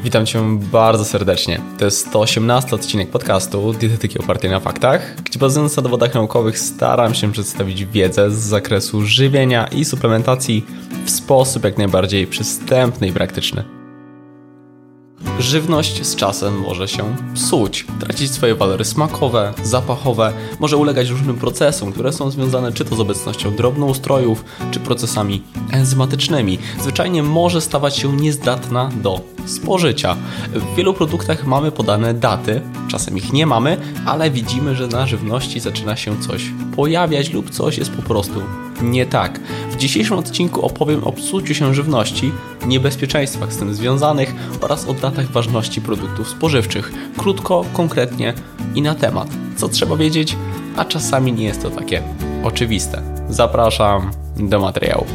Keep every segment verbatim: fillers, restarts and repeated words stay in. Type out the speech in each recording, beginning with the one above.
Witam Cię bardzo serdecznie. To jest sto osiemnasty odcinek podcastu Dietetyki opartej na faktach, gdzie bazując na dowodach naukowych staram się przedstawić wiedzę z zakresu żywienia i suplementacji w sposób jak najbardziej przystępny i praktyczny. Żywność z czasem może się psuć, tracić swoje walory smakowe, zapachowe, może ulegać różnym procesom, które są związane czy to z obecnością drobnoustrojów, czy procesami enzymatycznymi. Zwyczajnie może stawać się niezdatna do spożycia. W wielu produktach mamy podane daty, czasem ich nie mamy, ale widzimy, że na żywności zaczyna się coś pojawiać lub coś jest po prostu nie tak. W dzisiejszym odcinku opowiem o psuciu się żywności, niebezpieczeństwach z tym związanych oraz o datach ważności produktów spożywczych. Krótko, konkretnie i na temat. Co trzeba wiedzieć, a czasami nie jest to takie oczywiste. Zapraszam do materiału.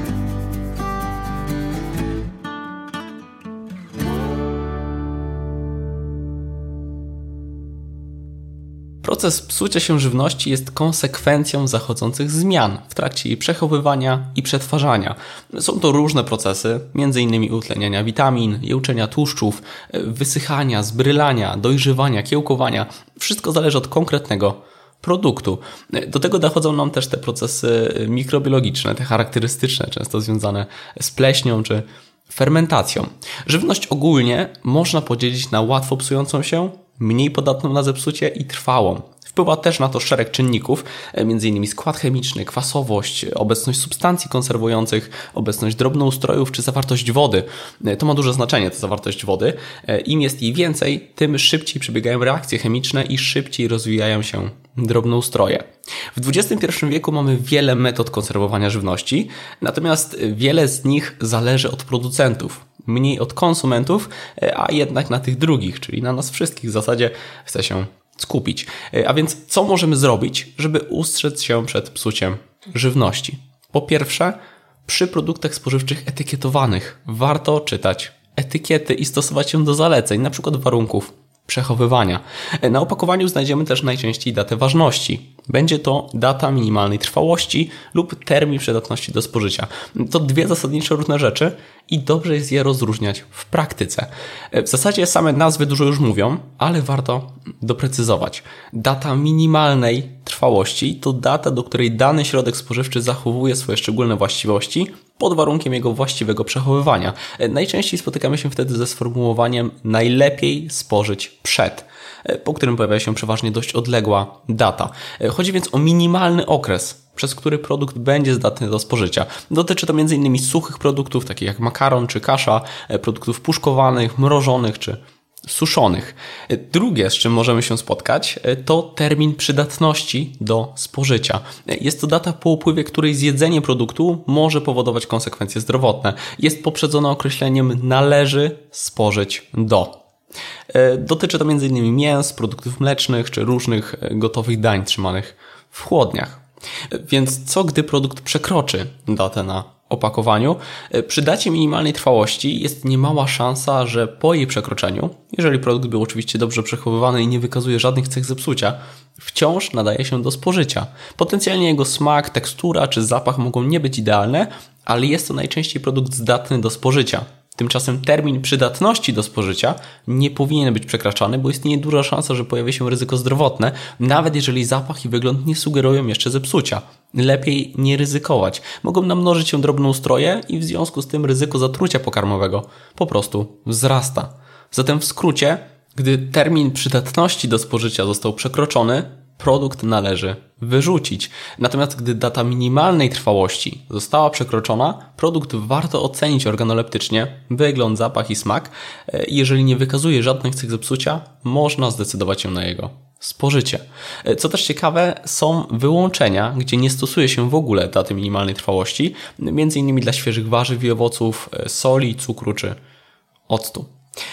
Proces psucia się żywności jest konsekwencją zachodzących zmian w trakcie jej przechowywania i przetwarzania. Są to różne procesy, m.in. utleniania witamin, jełczenia tłuszczów, wysychania, zbrylania, dojrzewania, kiełkowania. Wszystko zależy od konkretnego produktu. Do tego dochodzą nam też te procesy mikrobiologiczne, te charakterystyczne, często związane z pleśnią czy fermentacją. Żywność ogólnie można podzielić na łatwo psującą się, mniej podatną na zepsucie i trwałą. Wpływa też na to szereg czynników, m.in. skład chemiczny, kwasowość, obecność substancji konserwujących, obecność drobnoustrojów czy zawartość wody. To ma duże znaczenie, ta zawartość wody. Im jest jej więcej, tym szybciej przebiegają reakcje chemiczne i szybciej rozwijają się drobnoustroje. W dwudziestym pierwszym wieku mamy wiele metod konserwowania żywności, natomiast wiele z nich zależy od producentów. Mniej od konsumentów, a jednak na tych drugich, czyli na nas wszystkich w zasadzie chce się skupić. A więc co możemy zrobić, żeby ustrzec się przed psuciem żywności? Po pierwsze, przy produktach spożywczych etykietowanych warto czytać etykiety i stosować się do zaleceń, na przykład warunków przechowywania. Na opakowaniu znajdziemy też najczęściej datę ważności. Będzie to data minimalnej trwałości lub termin przydatności do spożycia. To dwie zasadniczo różne rzeczy i dobrze jest je rozróżniać w praktyce. W zasadzie same nazwy dużo już mówią, ale warto doprecyzować. Data minimalnej trwałości to data, do której dany środek spożywczy zachowuje swoje szczególne właściwości pod warunkiem jego właściwego przechowywania. Najczęściej spotykamy się wtedy ze sformułowaniem najlepiej spożyć przed, po którym pojawia się przeważnie dość odległa data. Chodzi więc o minimalny okres, przez który produkt będzie zdatny do spożycia. Dotyczy to m.in. suchych produktów, takich jak makaron czy kasza, produktów puszkowanych, mrożonych czy suszonych. Drugie, z czym możemy się spotkać, to termin przydatności do spożycia. Jest to data, po upływie której zjedzenie produktu może powodować konsekwencje zdrowotne. Jest poprzedzone określeniem należy spożyć do. Dotyczy to m.in. mięs, produktów mlecznych czy różnych gotowych dań trzymanych w chłodniach. Więc co gdy produkt przekroczy datę na opakowaniu? Przy dacie minimalnej trwałości jest niemała szansa, że po jej przekroczeniu, jeżeli produkt był oczywiście dobrze przechowywany i nie wykazuje żadnych cech zepsucia, wciąż nadaje się do spożycia. Potencjalnie jego smak, tekstura czy zapach mogą nie być idealne, ale jest to najczęściej produkt zdatny do spożycia. Tymczasem termin przydatności do spożycia nie powinien być przekraczany, bo istnieje duża szansa, że pojawi się ryzyko zdrowotne, nawet jeżeli zapach i wygląd nie sugerują jeszcze zepsucia. Lepiej nie ryzykować. Mogą namnożyć się drobnoustroje i w związku z tym ryzyko zatrucia pokarmowego po prostu wzrasta. Zatem w skrócie, gdy termin przydatności do spożycia został przekroczony, produkt należy wyrzucić. Natomiast gdy data minimalnej trwałości została przekroczona, produkt warto ocenić organoleptycznie, wygląd, zapach i smak. Jeżeli nie wykazuje żadnych cech zepsucia, można zdecydować się na jego spożycie. Co też ciekawe, są wyłączenia, gdzie nie stosuje się w ogóle daty minimalnej trwałości, między innymi dla świeżych warzyw i owoców, soli, cukru czy octu.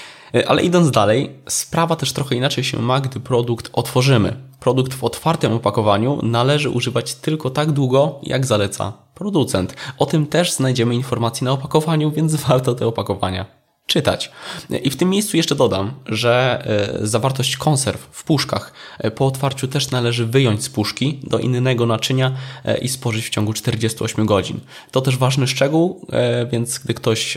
Ale idąc dalej, sprawa też trochę inaczej się ma, gdy produkt otworzymy. Produkt w otwartym opakowaniu należy używać tylko tak długo, jak zaleca producent. O tym też znajdziemy informacje na opakowaniu, więc warto te opakowania czytać. I w tym miejscu jeszcze dodam, że zawartość konserw w puszkach po otwarciu też należy wyjąć z puszki do innego naczynia i spożyć w ciągu czterdziestu ośmiu godzin. To też ważny szczegół, więc gdy ktoś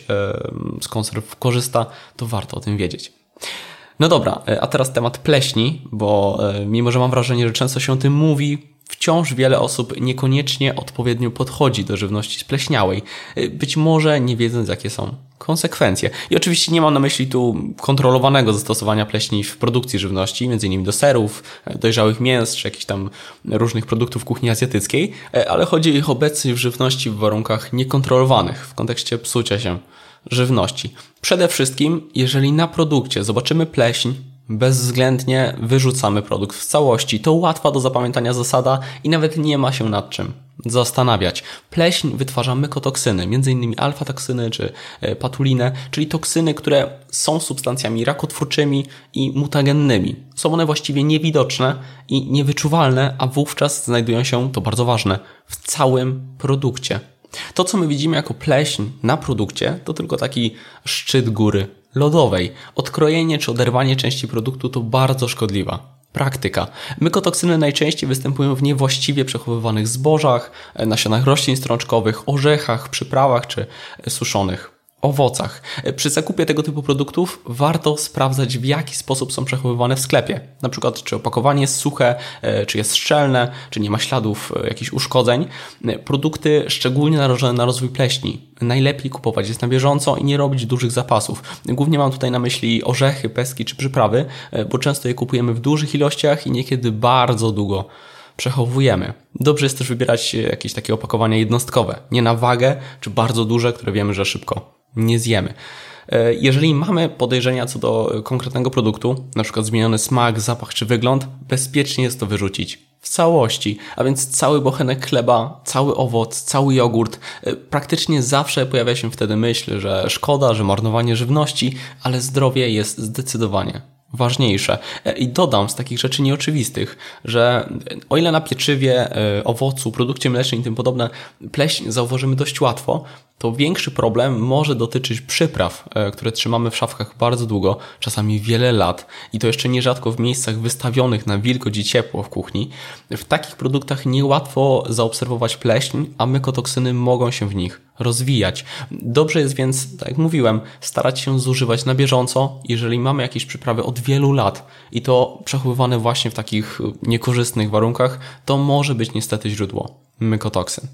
z konserw korzysta, to warto o tym wiedzieć. No dobra, a teraz temat pleśni, bo mimo że mam wrażenie, że często się o tym mówi, wciąż wiele osób niekoniecznie odpowiednio podchodzi do żywności spleśniałej, być może nie wiedząc, jakie są konsekwencje. I oczywiście nie mam na myśli tu kontrolowanego zastosowania pleśni w produkcji żywności, między innymi do serów, dojrzałych mięs, czy jakichś tam różnych produktów kuchni azjatyckiej, ale chodzi o ich obecność w żywności w warunkach niekontrolowanych, w kontekście psucia się żywności. Przede wszystkim, jeżeli na produkcie zobaczymy pleśń, bezwzględnie wyrzucamy produkt w całości. To łatwa do zapamiętania zasada i nawet nie ma się nad czym zastanawiać. Pleśń wytwarza mykotoksyny, m.in. alfa-toksyny czy patulinę, czyli toksyny, które są substancjami rakotwórczymi i mutagennymi. Są one właściwie niewidoczne i niewyczuwalne, a wówczas znajdują się, to bardzo ważne, w całym produkcie. To, co my widzimy jako pleśń na produkcie, to tylko taki szczyt góry lodowej. Odkrojenie czy oderwanie części produktu to bardzo szkodliwa praktyka. Mykotoksyny najczęściej występują w niewłaściwie przechowywanych zbożach, nasionach roślin strączkowych, orzechach, przyprawach czy suszonych owocach. Przy zakupie tego typu produktów warto sprawdzać, w jaki sposób są przechowywane w sklepie. Na przykład, czy opakowanie jest suche, czy jest szczelne, czy nie ma śladów jakichś uszkodzeń. Produkty szczególnie narażone na rozwój pleśni najlepiej kupować jest na bieżąco i nie robić dużych zapasów. Głównie mam tutaj na myśli orzechy, pestki czy przyprawy, bo często je kupujemy w dużych ilościach i niekiedy bardzo długo przechowujemy. Dobrze jest też wybierać jakieś takie opakowania jednostkowe, nie na wagę, czy bardzo duże, które wiemy, że szybko nie zjemy. Jeżeli mamy podejrzenia co do konkretnego produktu, na przykład zmieniony smak, zapach czy wygląd, bezpiecznie jest to wyrzucić w całości, a więc cały bochenek chleba, cały owoc, cały jogurt. Praktycznie zawsze pojawia się wtedy myśl, że szkoda, że marnowanie żywności, ale zdrowie jest zdecydowanie ważniejsze. I dodam z takich rzeczy nieoczywistych, że o ile na pieczywie, owocu, produkcie mlecznym i tym podobne pleśń zauważymy dość łatwo, to większy problem może dotyczyć przypraw, które trzymamy w szafkach bardzo długo, czasami wiele lat i to jeszcze nierzadko w miejscach wystawionych na wilgoć i ciepło w kuchni. W takich produktach niełatwo zaobserwować pleśń, a mykotoksyny mogą się w nich rozwijać. Dobrze jest więc, tak jak mówiłem, starać się zużywać na bieżąco, jeżeli mamy jakieś przyprawy od wielu lat i to przechowywane właśnie w takich niekorzystnych warunkach, to może być niestety źródło mykotoksyn.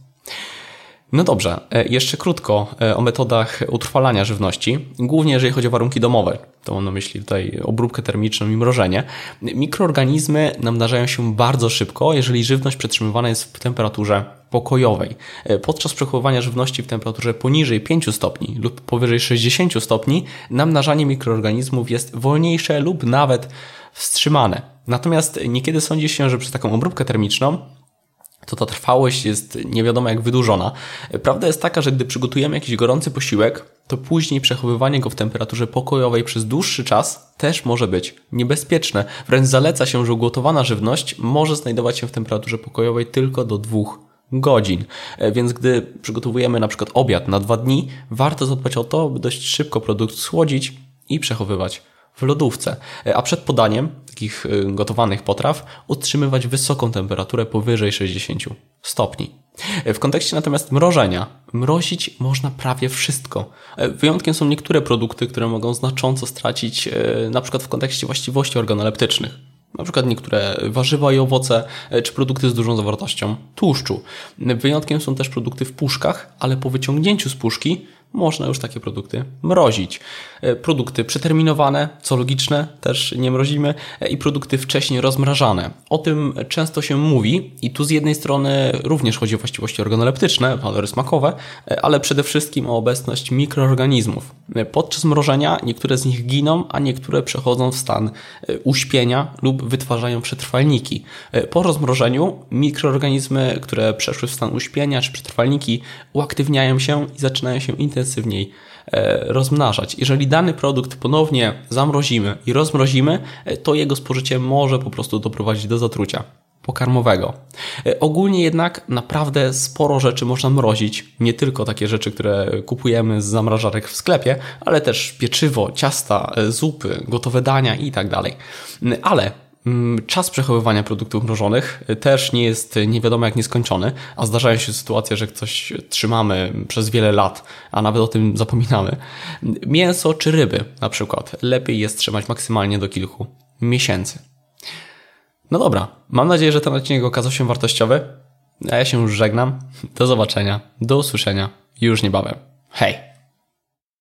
No dobrze, jeszcze krótko o metodach utrwalania żywności, głównie jeżeli chodzi o warunki domowe. To mam na myśli tutaj obróbkę termiczną i mrożenie. Mikroorganizmy namnażają się bardzo szybko, jeżeli żywność przetrzymywana jest w temperaturze pokojowej. Podczas przechowywania żywności w temperaturze poniżej pięciu stopni lub powyżej sześćdziesięciu stopni namnażanie mikroorganizmów jest wolniejsze lub nawet wstrzymane. Natomiast niekiedy sądzi się, że przez taką obróbkę termiczną to ta trwałość jest nie wiadomo jak wydłużona. Prawda jest taka, że gdy przygotujemy jakiś gorący posiłek, to później przechowywanie go w temperaturze pokojowej przez dłuższy czas też może być niebezpieczne. Wręcz zaleca się, że ugotowana żywność może znajdować się w temperaturze pokojowej tylko do dwóch godzin. Więc gdy przygotowujemy na przykład obiad na dwa dni, warto zadbać o to, by dość szybko produkt schłodzić i przechowywać w lodówce. A przed podaniem takich gotowanych potraw utrzymywać wysoką temperaturę powyżej sześćdziesięciu stopni. W kontekście natomiast mrożenia, mrozić można prawie wszystko. Wyjątkiem są niektóre produkty, które mogą znacząco stracić na przykład w kontekście właściwości organoleptycznych. Na przykład niektóre warzywa i owoce, czy produkty z dużą zawartością tłuszczu. Wyjątkiem są też produkty w puszkach, ale po wyciągnięciu z puszki można już takie produkty mrozić. Produkty przeterminowane, co logiczne, też nie mrozimy, i produkty wcześniej rozmrażane. O tym często się mówi i tu z jednej strony również chodzi o właściwości organoleptyczne, walory smakowe, ale przede wszystkim o obecność mikroorganizmów. Podczas mrożenia niektóre z nich giną, a niektóre przechodzą w stan uśpienia lub wytwarzają przetrwalniki. Po rozmrożeniu mikroorganizmy, które przeszły w stan uśpienia czy przetrwalniki, uaktywniają się i zaczynają się intensywniej rozmnażać. Jeżeli dany produkt ponownie zamrozimy i rozmrozimy, to jego spożycie może po prostu doprowadzić do zatrucia pokarmowego. Ogólnie jednak naprawdę sporo rzeczy można mrozić, nie tylko takie rzeczy, które kupujemy z zamrażarek w sklepie, ale też pieczywo, ciasta, zupy, gotowe dania i tak dalej. Ale czas przechowywania produktów mrożonych też nie jest nie wiadomo jak nieskończony, a zdarzają się sytuacje, że coś trzymamy przez wiele lat, a nawet o tym zapominamy. Mięso czy ryby na przykład lepiej jest trzymać maksymalnie do kilku miesięcy. No dobra, mam nadzieję, że ten odcinek okazał się wartościowy, a ja się już żegnam. Do zobaczenia, do usłyszenia już niebawem. Hej!